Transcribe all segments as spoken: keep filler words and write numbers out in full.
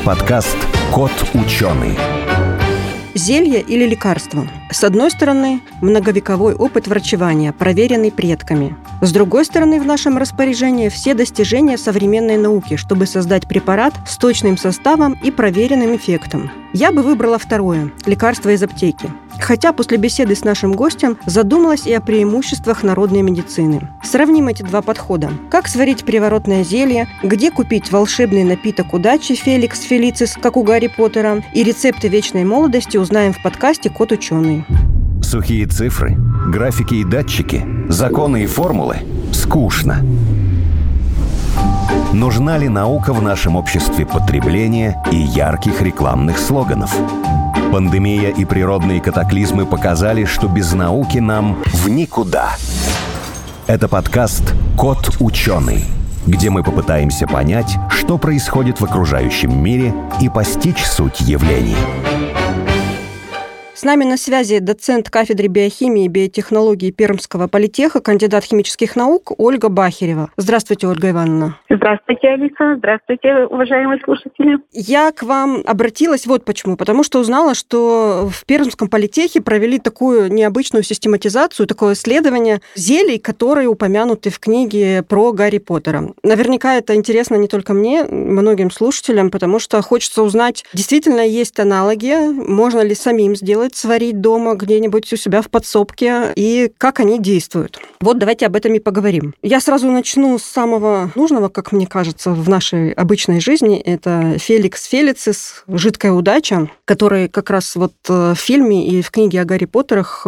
подкаст «Кот ученый». Зелье или лекарство? С одной стороны, многовековой опыт врачевания, проверенный предками. С другой стороны, в нашем распоряжении все достижения современной науки, чтобы создать препарат с точным составом и проверенным эффектом. Я бы выбрала второе – лекарство из аптеки. Хотя после беседы с нашим гостем задумалась и о преимуществах народной медицины. Сравним эти два подхода. Как сварить приворотное зелье, где купить волшебный напиток удачи Феликс Фелицис, как у Гарри Поттера, и рецепты вечной молодости узнаем в подкасте «Кот ученый». Сухие цифры, графики и датчики, законы и формулы – скучно. Нужна ли наука в нашем обществе потребления и ярких рекламных слоганов? Пандемия и природные катаклизмы показали, что без науки нам в никуда. Это подкаст «Кот ученый», где мы попытаемся понять, что происходит в окружающем мире и постичь суть явлений. С нами на связи доцент кафедры биохимии и биотехнологии Пермского политеха, кандидат химических наук Ольга Бахирева. Здравствуйте, Ольга Ивановна. Здравствуйте, Алиса. Здравствуйте, уважаемые слушатели. Я к вам обратилась вот почему. Потому что узнала, что в Пермском политехе провели такую необычную систематизацию, такое исследование зелий, которые упомянуты в книге про Гарри Поттера. Наверняка это интересно не только мне, многим слушателям, потому что хочется узнать, действительно есть аналоги, можно ли самим сделать, сварить дома где-нибудь у себя в подсобке, и как они действуют. Вот давайте об этом и поговорим. Я сразу начну с самого нужного, как мне кажется, в нашей обычной жизни. Это Феликс Фелицис, «Жидкая удача», который как раз вот в фильме и в книге о Гарри Поттерах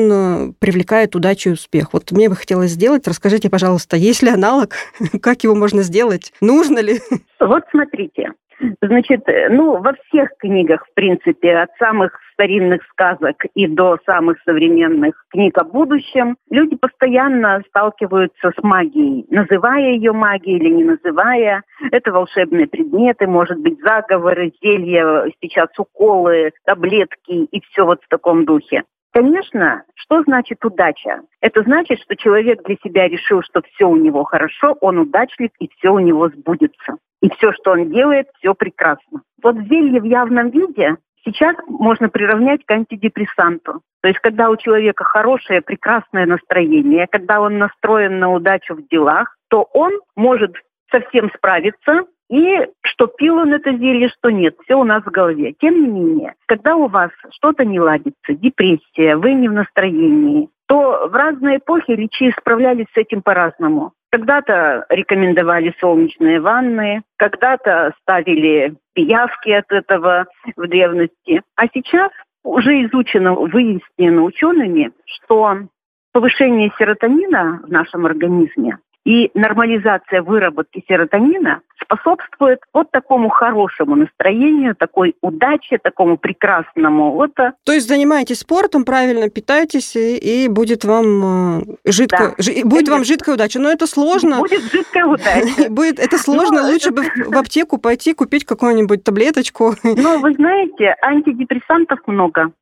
он привлекает удачу и успех. Вот мне бы хотелось сделать. Расскажите, пожалуйста, есть ли аналог? Как его можно сделать? Нужно ли? Вот смотрите. Значит, ну, во всех книгах, в принципе, от самых старинных сказок и до самых современных книг о будущем, люди постоянно сталкиваются с магией, называя ее магией или не называя. Это волшебные предметы, может быть, заговоры, зелья, сейчас уколы, таблетки и все вот в таком духе. Конечно, что значит удача? Это значит, что человек для себя решил, что все у него хорошо, он удачлив и все у него сбудется. И все, что он делает, все прекрасно. Вот зелье в явном виде сейчас можно приравнять к антидепрессанту. То есть, когда у человека хорошее, прекрасное настроение, когда он настроен на удачу в делах, то он может совсем справиться, и что пил он это зелье, что нет, все у нас в голове. Тем не менее, когда у вас что-то не ладится, депрессия, вы не в настроении, то в разные эпохи лечи справлялись с этим по-разному. Когда-то рекомендовали солнечные ванны, когда-то ставили пиявки от этого в древности. А сейчас уже изучено, выяснено учеными, что повышение серотонина в нашем организме и нормализация выработки серотонина способствует вот такому хорошему настроению, такой удаче, такому прекрасному. Вот. То есть занимаетесь спортом, правильно питаетесь, и, и будет вам жидкая, да, жи, будет вам жидкая удача. Но это сложно. Будет жидкая удача. Будет это сложно. Лучше бы в аптеку пойти купить какую-нибудь таблеточку. Ну, вы знаете, антидепрессантов много,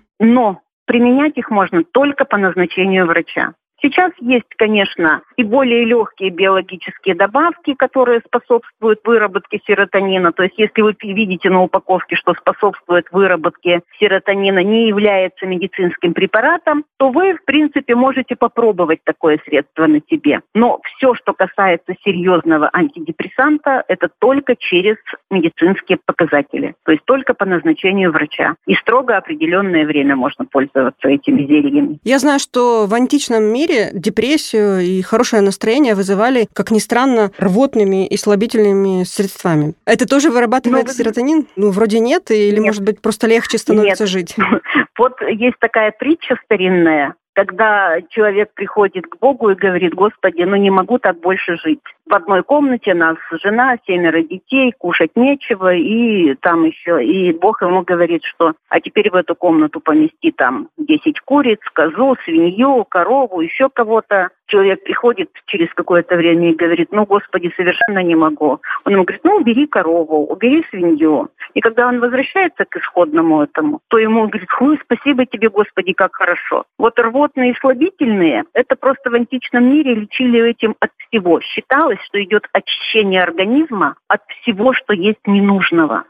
но применять их можно только по назначению врача. Сейчас есть, конечно, и более легкие биологические добавки, которые способствуют выработке серотонина. То есть, если вы видите на упаковке, что способствует выработке серотонина, не является медицинским препаратом, то вы, в принципе, можете попробовать такое средство на себе. Но все, что касается серьезного антидепрессанта, это только через медицинские показатели. То есть, только по назначению врача. И строго определенное время можно пользоваться этими зельями. Я знаю, что в античном мире депрессию и хорошее настроение вызывали, как ни странно, рвотными и слабительными средствами. Это тоже вырабатывает ну, серотонин? Ну, вроде нет, или, нет. Может быть, просто легче становится нет. жить? Вот есть такая притча старинная, когда человек приходит к Богу и говорит: «Господи, ну не могу так больше жить. В одной комнате нас жена, семеро детей, кушать нечего, и там еще». И Бог ему говорит, что «а теперь в эту комнату помести там десять куриц, козу, свинью, корову, еще кого-то». Человек приходит через какое-то время и говорит: «Ну, Господи, совершенно не могу». Он ему говорит: «Ну, убери корову, убери свинью». И когда он возвращается к исходному этому, то ему говорит: «Фу, спасибо тебе, Господи, как хорошо». Вот рвотные и слабительные, это просто в античном мире лечили этим от всего. Считалось, что идет очищение организма от всего, что есть ненужного.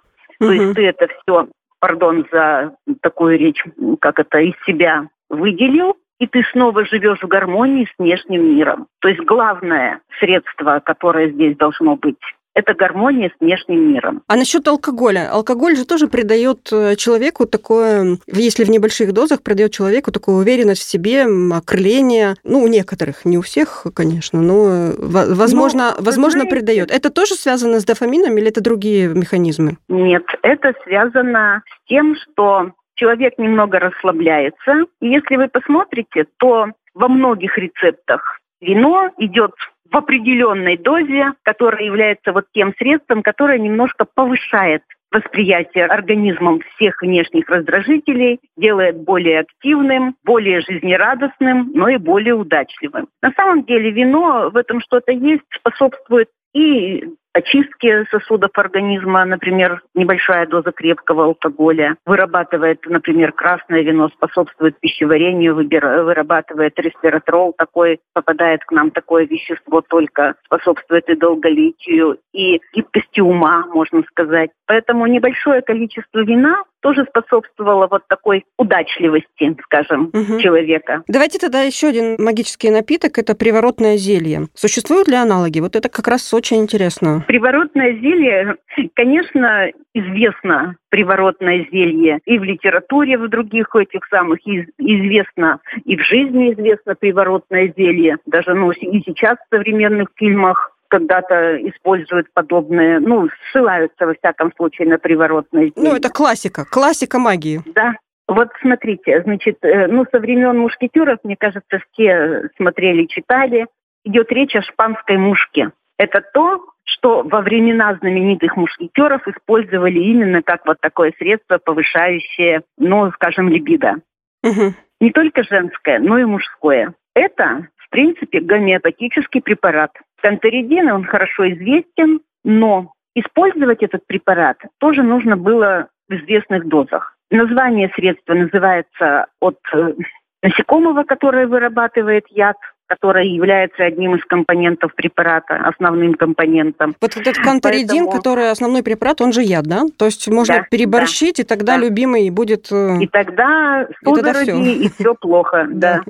То есть ты это все, пардон за такую речь, как это, из себя выделил, и ты снова живешь в гармонии с внешним миром. То есть главное средство, которое здесь должно быть, это гармония с внешним миром. А насчет алкоголя? Алкоголь же тоже придает человеку такое, если в небольших дозах, придает человеку такую уверенность в себе, окрыление. Ну, у некоторых, не у всех, конечно, но, возможно, но, возможно придает. Это тоже связано с дофамином или это другие механизмы? Нет, это связано с тем, что человек немного расслабляется. И если вы посмотрите, то во многих рецептах вино идет в определенной дозе, которая является вот тем средством, которое немножко повышает восприятие организмом всех внешних раздражителей, делает более активным, более жизнерадостным, но и более удачливым. На самом деле вино, в этом что-то есть, способствует и очистке сосудов организма, например, небольшая доза крепкого алкоголя, вырабатывает, например, красное вино, способствует пищеварению, вырабатывает ресвератрол, такой, попадает к нам такое вещество, только способствует и долголетию, и гибкости ума, можно сказать. Поэтому небольшое количество вина тоже способствовало вот такой удачливости, скажем, угу. человека. Давайте тогда еще один магический напиток, это приворотное зелье. Существуют ли аналоги? Вот это как раз очень интересно. Приворотное зелье, конечно, известно приворотное зелье и в литературе, в других этих самых, и известно, и в жизни известно приворотное зелье. Даже ну, и сейчас в современных фильмах когда-то используют подобные, ну, ссылаются, во всяком случае, на приворотное зелье. Ну, это классика, классика магии. Да. Вот смотрите, значит, ну, со времен мушкетеров, мне кажется, все смотрели, читали, идет речь о шпанской мушке. Это то, что во времена знаменитых мушкетеров использовали именно как вот такое средство, повышающее, ну, скажем, либидо. Угу. Не только женское, но и мужское. Это, в принципе, гомеопатический препарат. Канторидин, он хорошо известен, но использовать этот препарат тоже нужно было в известных дозах. Название средства называется от насекомого, которое вырабатывает яд, которое является одним из компонентов препарата, основным компонентом. Вот этот канторидин, Поэтому... который основной препарат, он же яд, да? То есть можно да, переборщить, да, и тогда да. любимый будет... И тогда судороги, и все плохо, да.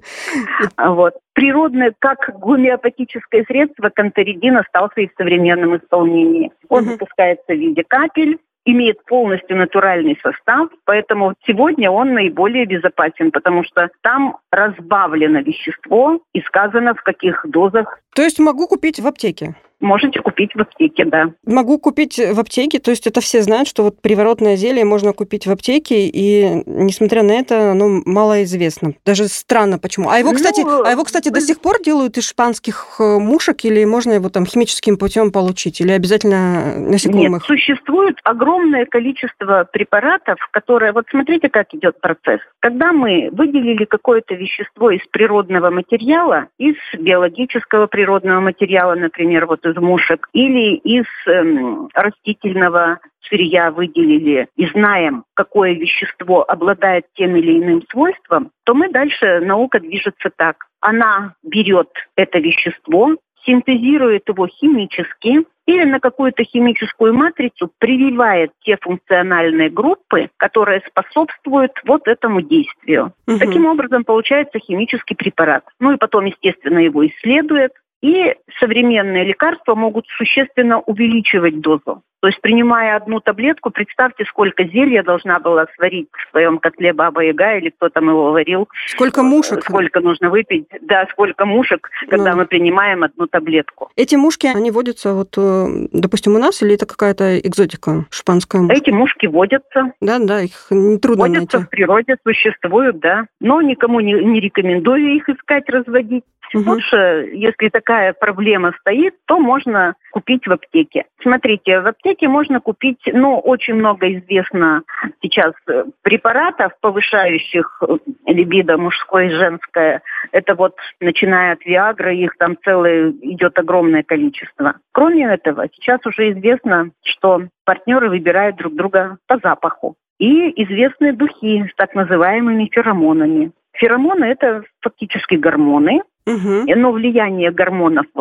Вот. Природное, как гомеопатическое средство, канторидин остался и в современном исполнении. Он выпускается в виде капель, имеет полностью натуральный состав, поэтому сегодня он наиболее безопасен, потому что там разбавлено вещество и сказано, в каких дозах. То есть могу купить в аптеке? Можете купить в аптеке, да. Могу купить в аптеке, то есть это все знают, что вот приворотное зелье можно купить в аптеке, и несмотря на это, оно малоизвестно. Даже странно, почему. А его, кстати, ну, а его, кстати, до сих пор делают из шпанских мушек, или можно его там химическим путем получить, или обязательно насекомых? Нет, существует огромное количество препаратов, которые... Вот смотрите, как идет процесс. Когда мы выделили какое-то вещество из природного материала, из биологического природного материала, например, вот из мушек, или из эм, растительного сырья выделили и знаем, какое вещество обладает тем или иным свойством, то мы дальше, наука движется так. Она берет это вещество, синтезирует его химически или на какую-то химическую матрицу прививает те функциональные группы, которые способствуют вот этому действию. Угу. Таким образом получается химический препарат. Ну и потом, естественно, его исследуют. И современные лекарства могут существенно увеличивать дозу. То есть, принимая одну таблетку, представьте, сколько зелья должна была сварить в своем котле Баба-Яга, или кто там его варил. Сколько мушек. Сколько нужно выпить. Да, сколько мушек, когда ну. мы принимаем одну таблетку. Эти мушки, они водятся, вот, допустим, у нас, или это какая-то экзотика, шпанская мушка? Эти мушки водятся. Да, да, их нетрудно найти. Водятся в природе, существуют, да. Но никому не, не рекомендую их искать, разводить. Угу. Лучше, если такая проблема стоит, то можно купить в аптеке. Смотрите, в аптеке можно купить, ну, очень много известно сейчас препаратов, повышающих либидо мужское и женское. Это вот, начиная от Виагры, их там целое идет огромное количество. Кроме этого, сейчас уже известно, что партнеры выбирают друг друга по запаху. И известны духи с так называемыми феромонами. Феромоны – это фактически гормоны, угу. но влияние гормонов вот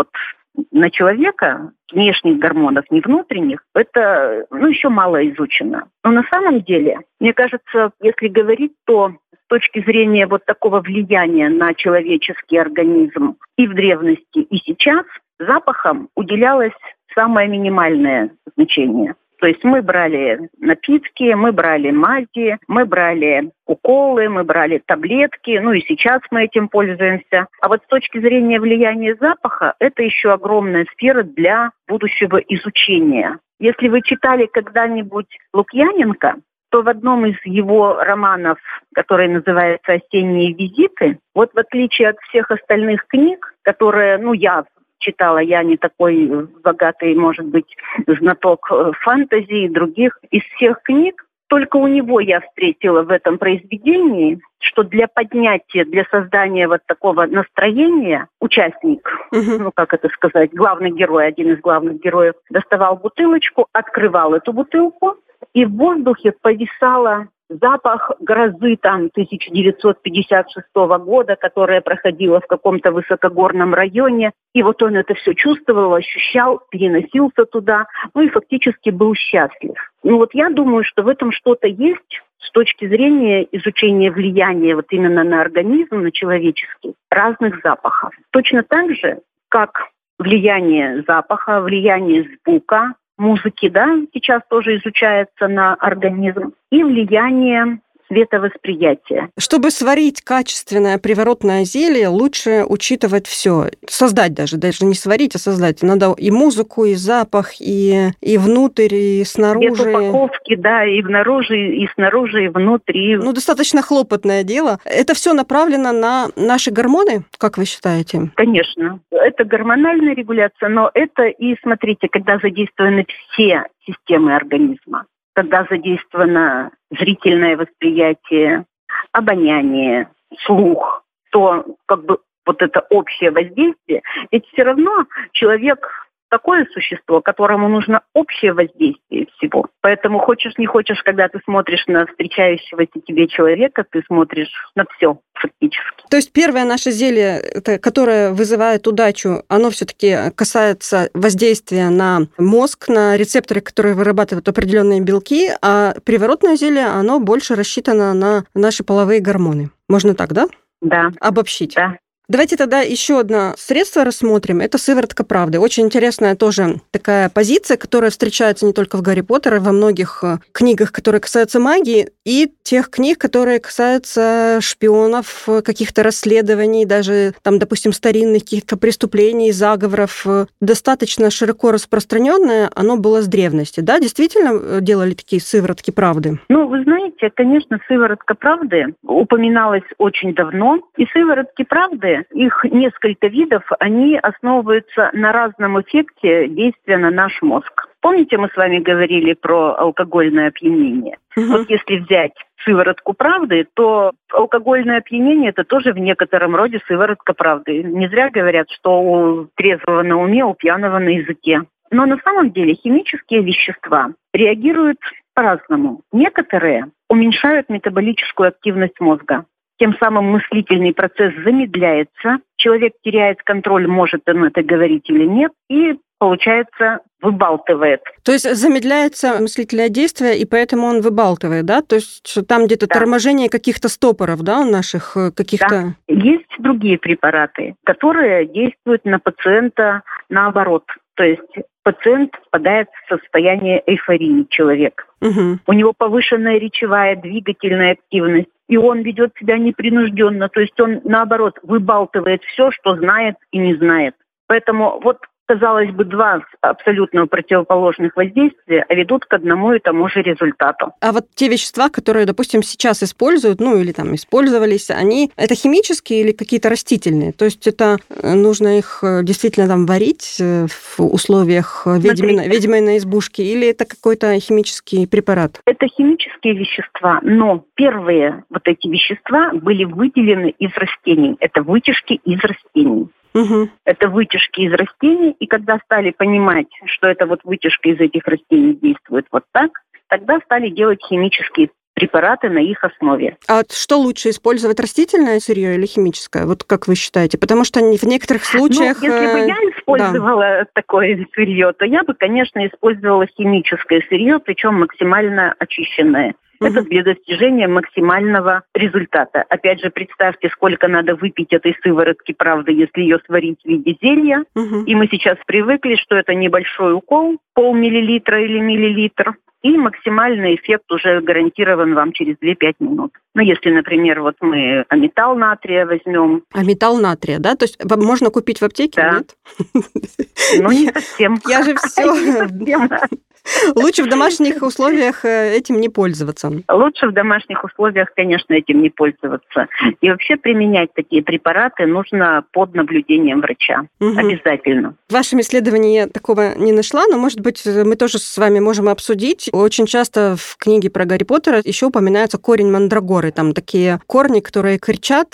на человека, внешних гормонов, не внутренних, это ну, еще мало изучено. Но на самом деле, мне кажется, если говорить, то с точки зрения вот такого влияния на человеческий организм и в древности, и сейчас, запахам уделялось самое минимальное значение. То есть мы брали напитки, мы брали мази, мы брали уколы, мы брали таблетки, ну и сейчас мы этим пользуемся. А вот с точки зрения влияния запаха, это еще огромная сфера для будущего изучения. Если вы читали когда-нибудь Лукьяненко, то в одном из его романов, который называется «Осенние визиты», вот в отличие от всех остальных книг, которые, ну, я читала, я не такой богатый, может быть, знаток фэнтези и других. Из всех книг только у него я встретила в этом произведении, что для поднятия, для создания вот такого настроения участник, uh-huh. ну как это сказать, главный герой, один из главных героев, доставал бутылочку, открывал эту бутылку, и в воздухе повисала запах грозы там тысяча девятьсот пятьдесят шестого года, которая проходила в каком-то высокогорном районе. И вот он это все чувствовал, ощущал, переносился туда, ну и фактически был счастлив. Ну вот я думаю, что в этом что-то есть с точки зрения изучения влияния вот именно на организм, на человеческий, разных запахов. Точно так же, как влияние запаха, влияние звука, музыки, да, сейчас тоже изучается на организм, и влияние световосприятия. Чтобы сварить качественное приворотное зелье, лучше учитывать все. Создать даже, даже не сварить, а создать. Надо и музыку, и запах, и, и внутрь, и снаружи. Цвет упаковки, да, и внаружи, и снаружи, и внутри. Ну, достаточно хлопотное дело. Это все направлено на наши гормоны, как вы считаете? Конечно. Это гормональная регуляция, но это и, смотрите, когда задействованы все системы организма. Когда задействовано зрительное восприятие, обоняние, слух, то как бы вот это общее воздействие, ведь все равно человек такое существо, которому нужно общее воздействие всего. Поэтому хочешь не хочешь, когда ты смотришь на встречающегося тебе человека, ты смотришь на все фактически. То есть первое наше зелье, которое вызывает удачу, оно все-таки касается воздействия на мозг, на рецепторы, которые вырабатывают определенные белки, а приворотное зелье, оно больше рассчитано на наши половые гормоны. Можно так, да? Да. Обобщить. Да. Давайте тогда еще одно средство рассмотрим. Это сыворотка правды. Очень интересная тоже такая позиция, которая встречается не только в Гарри Поттере, во многих книгах, которые касаются магии, и тех книг, которые касаются шпионов, каких-то расследований, даже, там, допустим, старинных каких-то преступлений, заговоров. Достаточно широко распространенное оно было с древности. Да, действительно делали такие сыворотки правды? Ну, вы знаете, конечно, сыворотка правды упоминалась очень давно, и сыворотки правды, их несколько видов, они основываются на разном эффекте действия на наш мозг. Помните, мы с вами говорили про алкогольное опьянение? Угу. Вот если взять сыворотку правды, то алкогольное опьянение – это тоже в некотором роде сыворотка правды. Не зря говорят, что у трезвого на уме, у пьяного на языке. Но на самом деле химические вещества реагируют по-разному. Некоторые уменьшают метаболическую активность мозга. Тем самым мыслительный процесс замедляется, человек теряет контроль, может он это говорить или нет, и, получается, выбалтывает. То есть замедляется мыслительное действие, и поэтому он выбалтывает, да? То есть там где-то да. торможение каких-то стопоров, да, у наших каких-то... Да. Есть другие препараты, которые действуют на пациента наоборот. То есть пациент впадает в состояние эйфории, человек. Угу. У него повышенная речевая, двигательная активность, и он ведет себя непринужденно. То есть он, наоборот, выбалтывает все, что знает и не знает. Поэтому вот, казалось бы, два абсолютно противоположных воздействия ведут к одному и тому же результату. А вот те вещества, которые, допустим, сейчас используют, ну или там использовались, они это химические или какие-то растительные? То есть это нужно их действительно там варить в условиях ведьминой, ведьминой избушки, или это какой-то химический препарат? Это химические вещества, но первые вот эти вещества были выделены из растений. Это вытяжки из растений. Угу. Это вытяжки из растений, и когда стали понимать, что это вот вытяжка из этих растений действует вот так, тогда стали делать химические препараты на их основе. А что лучше, использовать растительное сырье или химическое? Вот как вы считаете? Потому что в некоторых случаях... Ну, если бы я использовала да. такое сырье, то я бы, конечно, использовала химическое сырье, причем максимально очищенное. Uh-huh. Это для достижения максимального результата. Опять же, представьте, сколько надо выпить этой сыворотки, правда, если ее сварить в виде зелья. Uh-huh. И мы сейчас привыкли, что это небольшой укол, полмиллилитра или миллилитр, и максимальный эффект уже гарантирован вам через две-пять минут. Ну, если, например, вот мы аметал натрия возьмем. Аметал натрия, да? То есть можно купить в аптеке, да. Нет? Ну, не совсем. Я же все... Лучше в домашних условиях этим не пользоваться. Лучше в домашних условиях, конечно, этим не пользоваться. И вообще применять такие препараты нужно под наблюдением врача. Угу. Обязательно. В вашем исследовании я такого не нашла, но, может быть, мы тоже с вами можем обсудить. Очень часто в книге про Гарри Поттера еще упоминается корень мандрагоры. Там такие корни, которые кричат,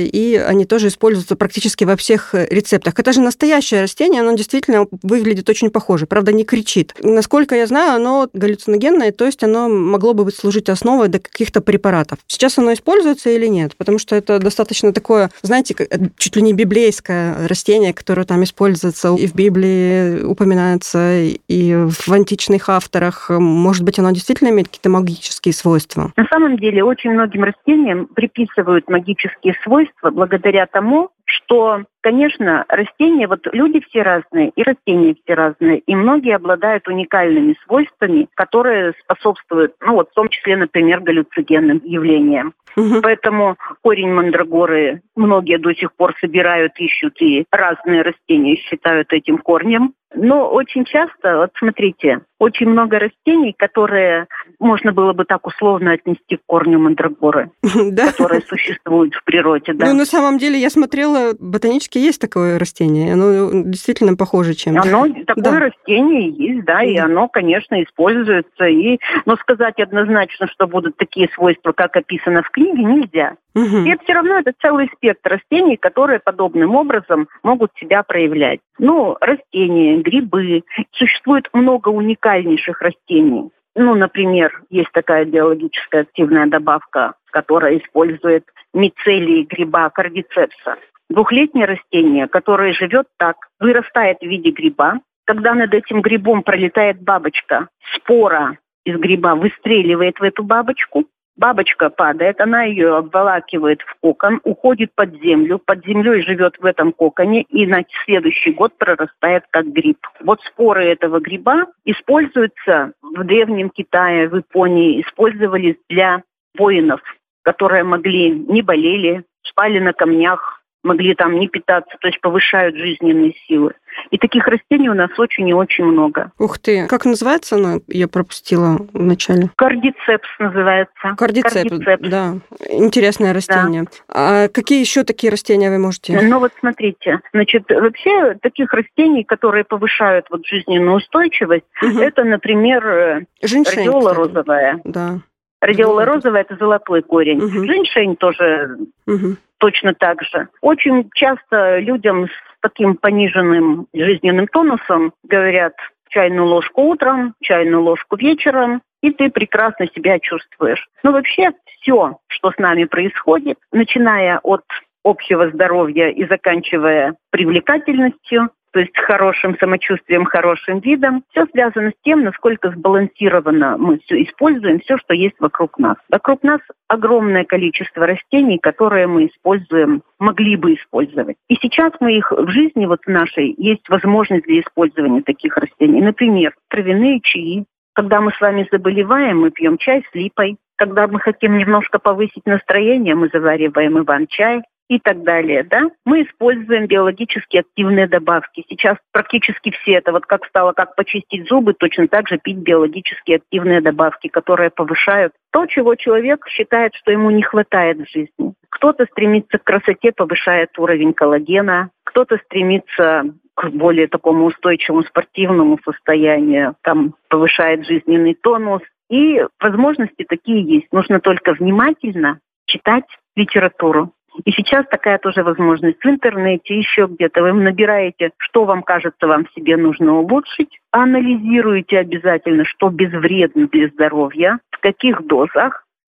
и они тоже используются практически во всех рецептах. Это же настоящее растение, оно действительно выглядит очень похоже, правда, не кричит. Насколько я знаю, оно галлюциногенное, то есть оно могло бы служить основой для каких-то препаратов. Сейчас оно используется или нет? Потому что это достаточно такое, знаете, чуть ли не библейское растение, которое там используется и в Библии упоминается, и в античных авторах. Может быть, оно действительно имеет какие-то магические свойства? На самом деле, очень многим растениям приписывают магические свойства благодаря тому, что, конечно, растения, вот люди все разные, и растения все разные, и многие обладают уникальными свойствами, которые способствуют, ну вот в том числе, например, галлюциногенным явлениям. Угу. Поэтому корень мандрагоры многие до сих пор собирают, ищут, и разные растения считают этим корнем. Но очень часто, вот смотрите, очень много растений, которые можно было бы так условно отнести к корню мандрагоры, которые существуют в природе. Ну, на самом деле, я смотрела, ботанически есть такое растение, оно действительно похоже чем-то. Оно, такое растение есть, да, и оно, конечно, используется. И, но сказать однозначно, что будут такие свойства, как описано в книге, нельзя. Угу. И это все равно это целый спектр растений, которые подобным образом могут себя проявлять. Ну, растения, грибы. Существует много уникальнейших растений. Ну, например, есть такая биологическая активная добавка, которая использует мицелий гриба кардицепса. Двухлетнее растение, которое живет так, вырастает в виде гриба. Когда над этим грибом пролетает бабочка, спора из гриба выстреливает в эту бабочку. Бабочка падает, она ее обволакивает в кокон, уходит под землю, под землей живет в этом коконе и на следующий год прорастает как гриб. Вот споры этого гриба используются в Древнем Китае, в Японии, использовались для воинов, которые могли, не болели, спали на камнях, могли там не питаться, то есть повышают жизненные силы. И таких растений у нас очень и очень много. Ух ты! Как называется оно? Я пропустила вначале. Кардицепс называется. Кардицепс, Кардицепс. Да. Интересное растение. Да. А какие еще такие растения вы можете? Ну вот смотрите, значит, вообще таких растений, которые повышают вот жизненную устойчивость, угу. это, например, Женьшень, радиола розовая. Да. Радиола розовая – это золотой корень. Угу. Женьшень тоже угу. точно так же. Очень часто людям с таким пониженным жизненным тонусом говорят чайную ложку утром, чайную ложку вечером, и ты прекрасно себя чувствуешь. Но вообще все, что с нами происходит, начиная от общего здоровья и заканчивая привлекательностью, то есть хорошим самочувствием, хорошим видом, все связано с тем, насколько сбалансированно мы все используем, все, что есть вокруг нас. Вокруг нас огромное количество растений, которые мы используем, могли бы использовать. И сейчас мы их в жизни вот нашей есть возможность для использования таких растений. Например, травяные чаи. Когда мы с вами заболеваем, мы пьем чай с липой. Когда мы хотим немножко повысить настроение, мы завариваем иван-чай. И так далее, да? Мы используем биологически активные добавки. Сейчас практически все это, вот как стало, как почистить зубы, точно так же пить биологически активные добавки, которые повышают то, чего человек считает, что ему не хватает в жизни. Кто-то стремится к красоте, повышает уровень коллагена, кто-то стремится к более такому устойчивому спортивному состоянию, там повышает жизненный тонус. И возможности такие есть. Нужно только внимательно читать литературу. И сейчас такая тоже возможность в интернете, еще где-то. Вы набираете, что вам кажется, вам в себе нужно улучшить, анализируете обязательно, что безвредно для здоровья, в каких дозах,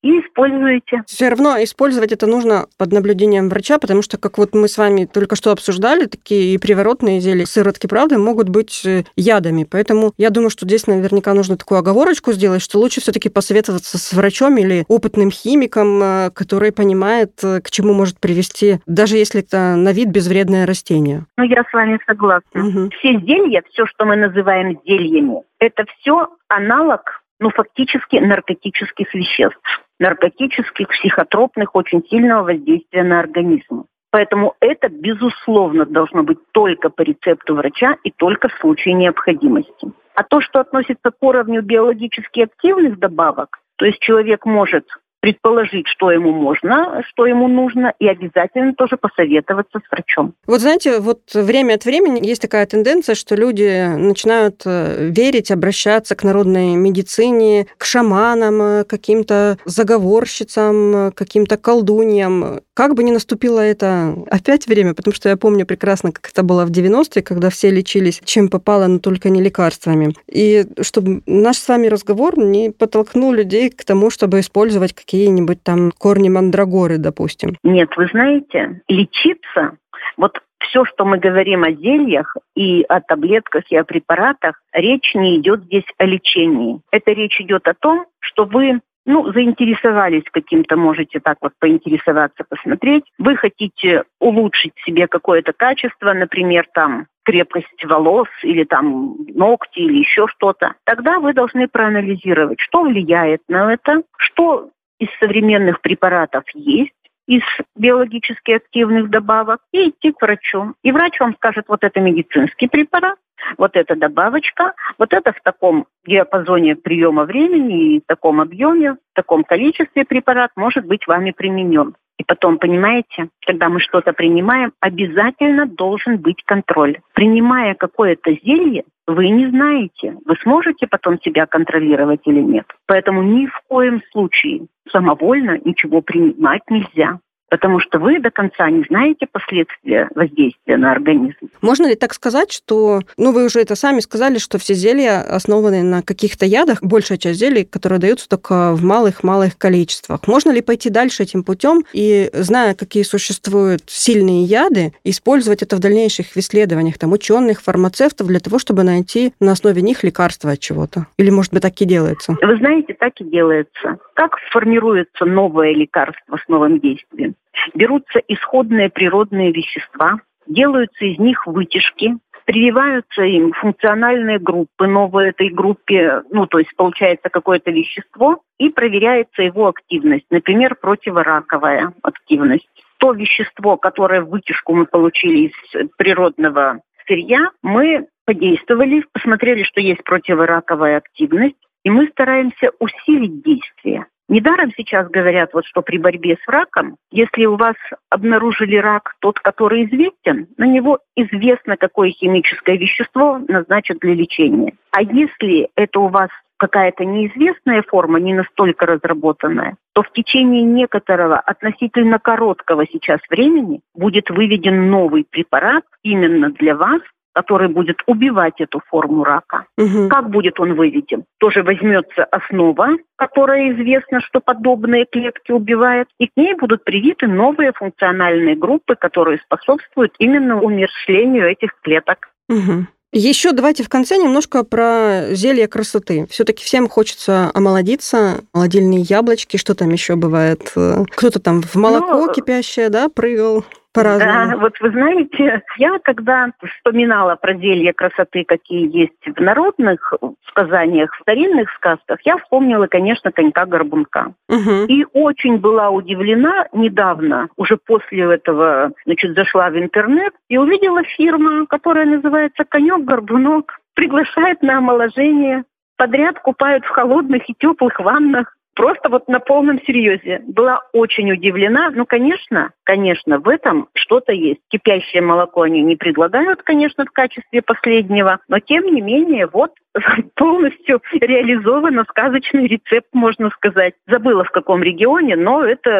и используете. Все равно использовать это нужно под наблюдением врача, потому что, как вот мы с вами только что обсуждали, такие и приворотные зелья, сыворотки правды могут быть ядами. Поэтому я думаю, что здесь наверняка нужно такую оговорочку сделать, что лучше все-таки посоветоваться с врачом или опытным химиком, который понимает, к чему может привести, даже если это на вид безвредное растение. Ну, я с вами согласна. Угу. Все зелья, все, что мы называем зельями, это все аналог, ну, фактически наркотических веществ, наркотических, психотропных, очень сильного воздействия на организм. Поэтому это, безусловно, должно быть только по рецепту врача и только в случае необходимости. А то, что относится к уровню биологически активных добавок, то есть человек может предположить, что ему можно, что ему нужно, и обязательно тоже посоветоваться с врачом. Вот знаете, вот время от времени есть такая тенденция, что люди начинают верить, обращаться к народной медицине, к шаманам, каким-то заговорщицам, каким-то колдуньям. Как бы ни наступило это опять время, потому что я помню прекрасно, как это было в девяностые, когда все лечились чем попало, но только не лекарствами. И чтобы наш с вами разговор не подтолкнул людей к тому, чтобы использовать какие какие-нибудь там корни мандрагоры, допустим? Нет, вы знаете, лечиться, вот все, что мы говорим о зельях и о таблетках, и о препаратах, речь не идет здесь о лечении. Это речь идет о том, что вы ну, заинтересовались каким-то, можете так вот поинтересоваться, посмотреть. Вы хотите улучшить себе какое-то качество, например, там, крепкость волос или там ногти или еще что-то. Тогда вы должны проанализировать, что влияет на это, что из современных препаратов есть, из биологически активных добавок, и идти к врачу. И врач вам скажет, вот это медицинский препарат, вот эта добавочка, вот это в таком диапазоне приема времени и в таком объеме, в таком количестве препарат может быть вами применен. И потом, понимаете, когда мы что-то принимаем, обязательно должен быть контроль. Принимая какое-то зелье, вы не знаете, вы сможете потом себя контролировать или нет. Поэтому ни в коем случае самовольно ничего принимать нельзя. Потому что вы до конца не знаете последствия воздействия на организм. Можно ли так сказать, что, ну, вы уже это сами сказали, что все зелья основаны на каких-то ядах, большая часть зелий, которые даются только в малых-малых количествах. Можно ли пойти дальше этим путем и, зная, какие существуют сильные яды, использовать это в дальнейших исследованиях там, ученых, фармацевтов для того, чтобы найти на основе них лекарства от чего-то? Или, может быть, так и делается? Вы знаете, так и делается. Как формируется новое лекарство с новым действием? Берутся исходные природные вещества, делаются из них вытяжки, прививаются им функциональные группы, новые этой группе, ну, то есть получается какое-то вещество, и проверяется его активность, например, противораковая активность. То вещество, которое в вытяжку мы получили из природного сырья, мы подействовали, посмотрели, что есть противораковая активность, и мы стараемся усилить действие. Недаром сейчас говорят, вот, что при борьбе с раком, если у вас обнаружили рак, тот, который известен, на него известно, какое химическое вещество назначат для лечения. А если это у вас какая-то неизвестная форма, не настолько разработанная, то в течение некоторого относительно короткого сейчас времени будет выведен новый препарат именно для вас, который будет убивать эту форму рака. Угу. Как будет он выведен? Тоже возьмется основа, которая известна, что подобные клетки убивает, и к ней будут привиты новые функциональные группы, которые способствуют именно умерщвлению этих клеток. Угу. Еще давайте в конце немножко про зелье красоты. Все-таки всем хочется омолодиться, молодильные яблочки, что там еще бывает? Кто-то там в молоко ну, кипящее, да, прыгал? По-разному. Да, вот вы знаете, я когда вспоминала про зелья красоты, какие есть в народных сказаниях, в старинных сказках, я вспомнила, конечно, конька-горбунка. Угу. И очень была удивлена недавно, уже после этого, значит, зашла в интернет и увидела фирма, которая называется «Конек-горбунок», приглашает на омоложение, подряд купают в холодных и теплых ваннах. Просто вот на полном серьезе. Была очень удивлена. Ну, конечно, конечно, в этом что-то есть. Кипящее молоко они не предлагают, конечно, в качестве последнего, но тем не менее, вот полностью реализован сказочный рецепт, можно сказать. Забыла, в каком регионе, но это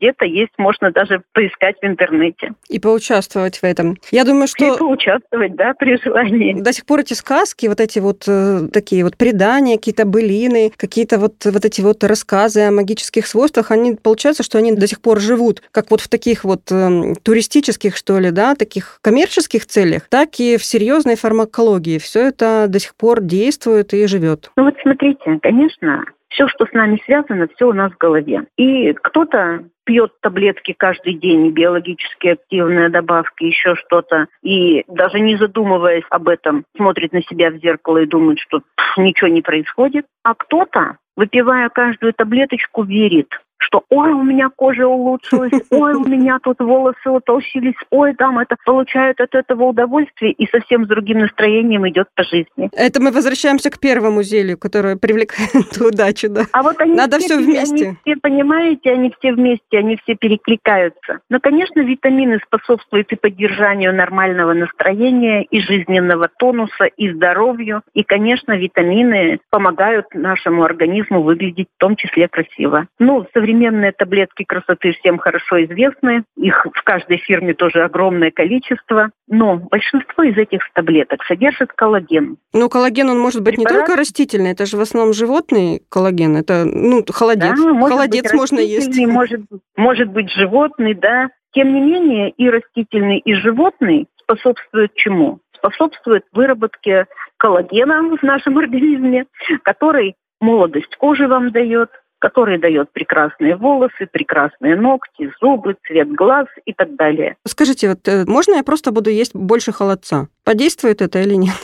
где-то есть, можно даже поискать в интернете. И поучаствовать в этом. Я думаю, что... И поучаствовать, да, при желании. До сих пор эти сказки, вот эти вот э, такие вот предания, какие-то былины, какие-то вот, вот эти вот рассказы о магических свойствах, они, получается, что они до сих пор живут, как вот в таких вот э, туристических, что ли, да, таких коммерческих целях, так и в серьезной фармакологии. Все это до сих пор действует и живет. Ну вот смотрите, конечно, все, что с нами связано, все у нас в голове. И кто-то пьет таблетки каждый день, биологически активные добавки, еще что-то, и даже не задумываясь об этом, смотрит на себя в зеркало и думает, что пф, ничего не происходит. А кто-то, выпивая каждую таблеточку, верит, что ой, у меня кожа улучшилась, ой, у меня тут волосы утолщились, ой, там это получает от этого удовольствие и совсем с другим настроением идет по жизни. Это мы возвращаемся к первому зелью, которое привлекает удачу, да. А вот они Надо все, все вместе. Они все, понимаете, они все вместе, они все перекликаются. Но, конечно, витамины способствуют и поддержанию нормального настроения, и жизненного тонуса, и здоровью. И, конечно, витамины помогают нашему организму выглядеть в том числе красиво. Ну, современные таблетки красоты всем хорошо известны. Их в каждой фирме тоже огромное количество. Но большинство из этих таблеток содержит коллаген. Ну, коллаген, он может быть Препарат... не только растительный, это же в основном животный коллаген. Это, ну, холодец. Да, может холодец быть можно есть. Может, может быть животный, да. Тем не менее, и растительный, и животный способствуют чему? Способствуют выработке коллагена в нашем организме, который молодость кожи вам дает, который дает прекрасные волосы, прекрасные ногти, зубы, цвет глаз и так далее. Скажите, вот можно я просто буду есть больше холодца? Подействует это или нет?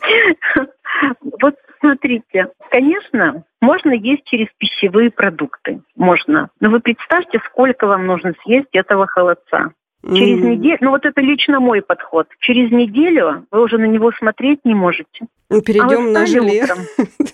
Вот смотрите, конечно, можно есть через пищевые продукты, можно. Но вы представьте, сколько вам нужно съесть этого холодца. Через mm. неделю, ну вот это лично мой подход, через неделю вы уже на него смотреть не можете. Перейдем а на желе. Утром,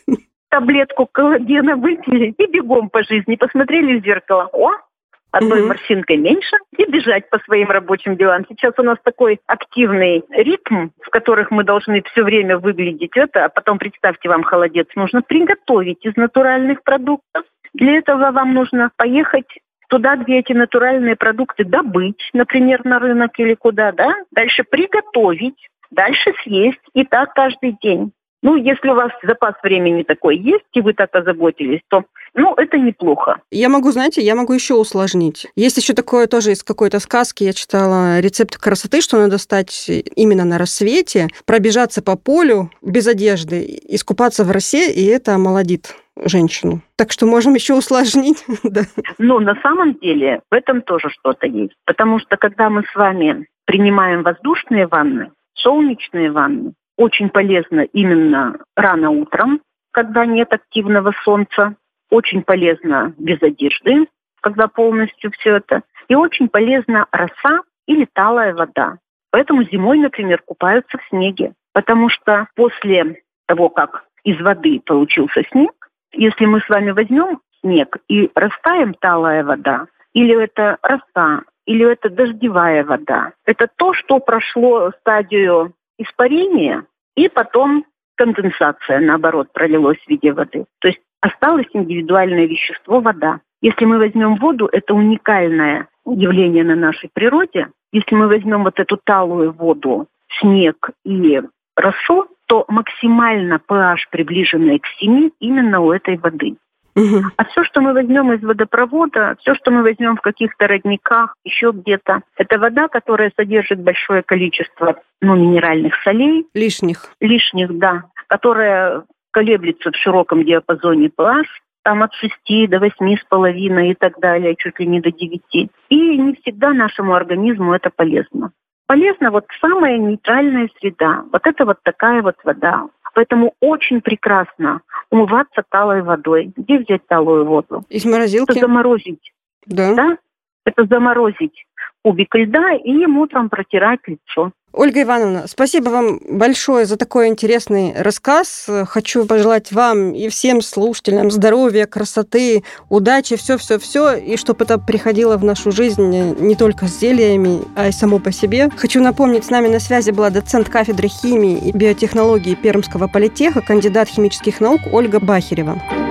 таблетку коллагена выпили и бегом по жизни, посмотрели в зеркало. О, одной mm-hmm. морщинкой меньше, и бежать по своим рабочим делам. Сейчас у нас такой активный ритм, в которых мы должны все время выглядеть это, а потом, представьте, вам холодец нужно приготовить из натуральных продуктов. Для этого вам нужно поехать туда, где эти натуральные продукты добыть, например, на рынок или куда, да, дальше приготовить, дальше съесть, и так каждый день. Ну, если у вас запас времени такой есть, и вы так озаботились, то, ну, это неплохо. Я могу, знаете, я могу еще усложнить. Есть еще такое тоже из какой-то сказки, я читала рецепт красоты, что надо стать именно на рассвете, пробежаться по полю без одежды, искупаться в росе, и это омолодит женщину. Так что можем еще усложнить. Да. Но на самом деле в этом тоже что-то есть. Потому что когда мы с вами принимаем воздушные ванны, солнечные ванны, очень полезно именно рано утром, когда нет активного солнца. Очень полезно без одежды, когда полностью все это. И очень полезна роса или талая вода. Поэтому зимой, например, купаются в снеге. Потому что после того, как из воды получился снег, если мы с вами возьмем снег и растаем талая вода, или это роса, или это дождевая вода, это то, что прошло стадию испарения, и потом конденсация, наоборот, пролилось в виде воды. То есть осталось индивидуальное вещество – вода. Если мы возьмем воду, это уникальное явление на нашей природе. Если мы возьмем вот эту талую воду, снег и росу, то максимально pH, приближенный к семи, именно у этой воды. Угу. А все, что мы возьмем из водопровода, все, что мы возьмем в каких-то родниках, еще где-то, это вода, которая содержит большое количество ну, минеральных солей. Лишних. Лишних, да. Которая колеблется в широком диапазоне pH, там от шести до восьми с половиной и так далее, чуть ли не до девяти. И не всегда нашему организму это полезно. Полезна вот самая нейтральная среда. Вот это вот такая вот вода. Поэтому очень прекрасно умываться талой водой. Где взять талую воду? Из морозилки? Это заморозить. Да. Да? Это заморозить кубик льда и им утром протирать лицо. Ольга Ивановна, спасибо вам большое за такой интересный рассказ. Хочу пожелать вам и всем слушателям здоровья, красоты, удачи, все-все-все, и чтобы это приходило в нашу жизнь не только с зельями, а и само по себе. Хочу напомнить, с нами на связи была доцент кафедры химии и биотехнологии Пермского политеха, кандидат химических наук Ольга Бахирева.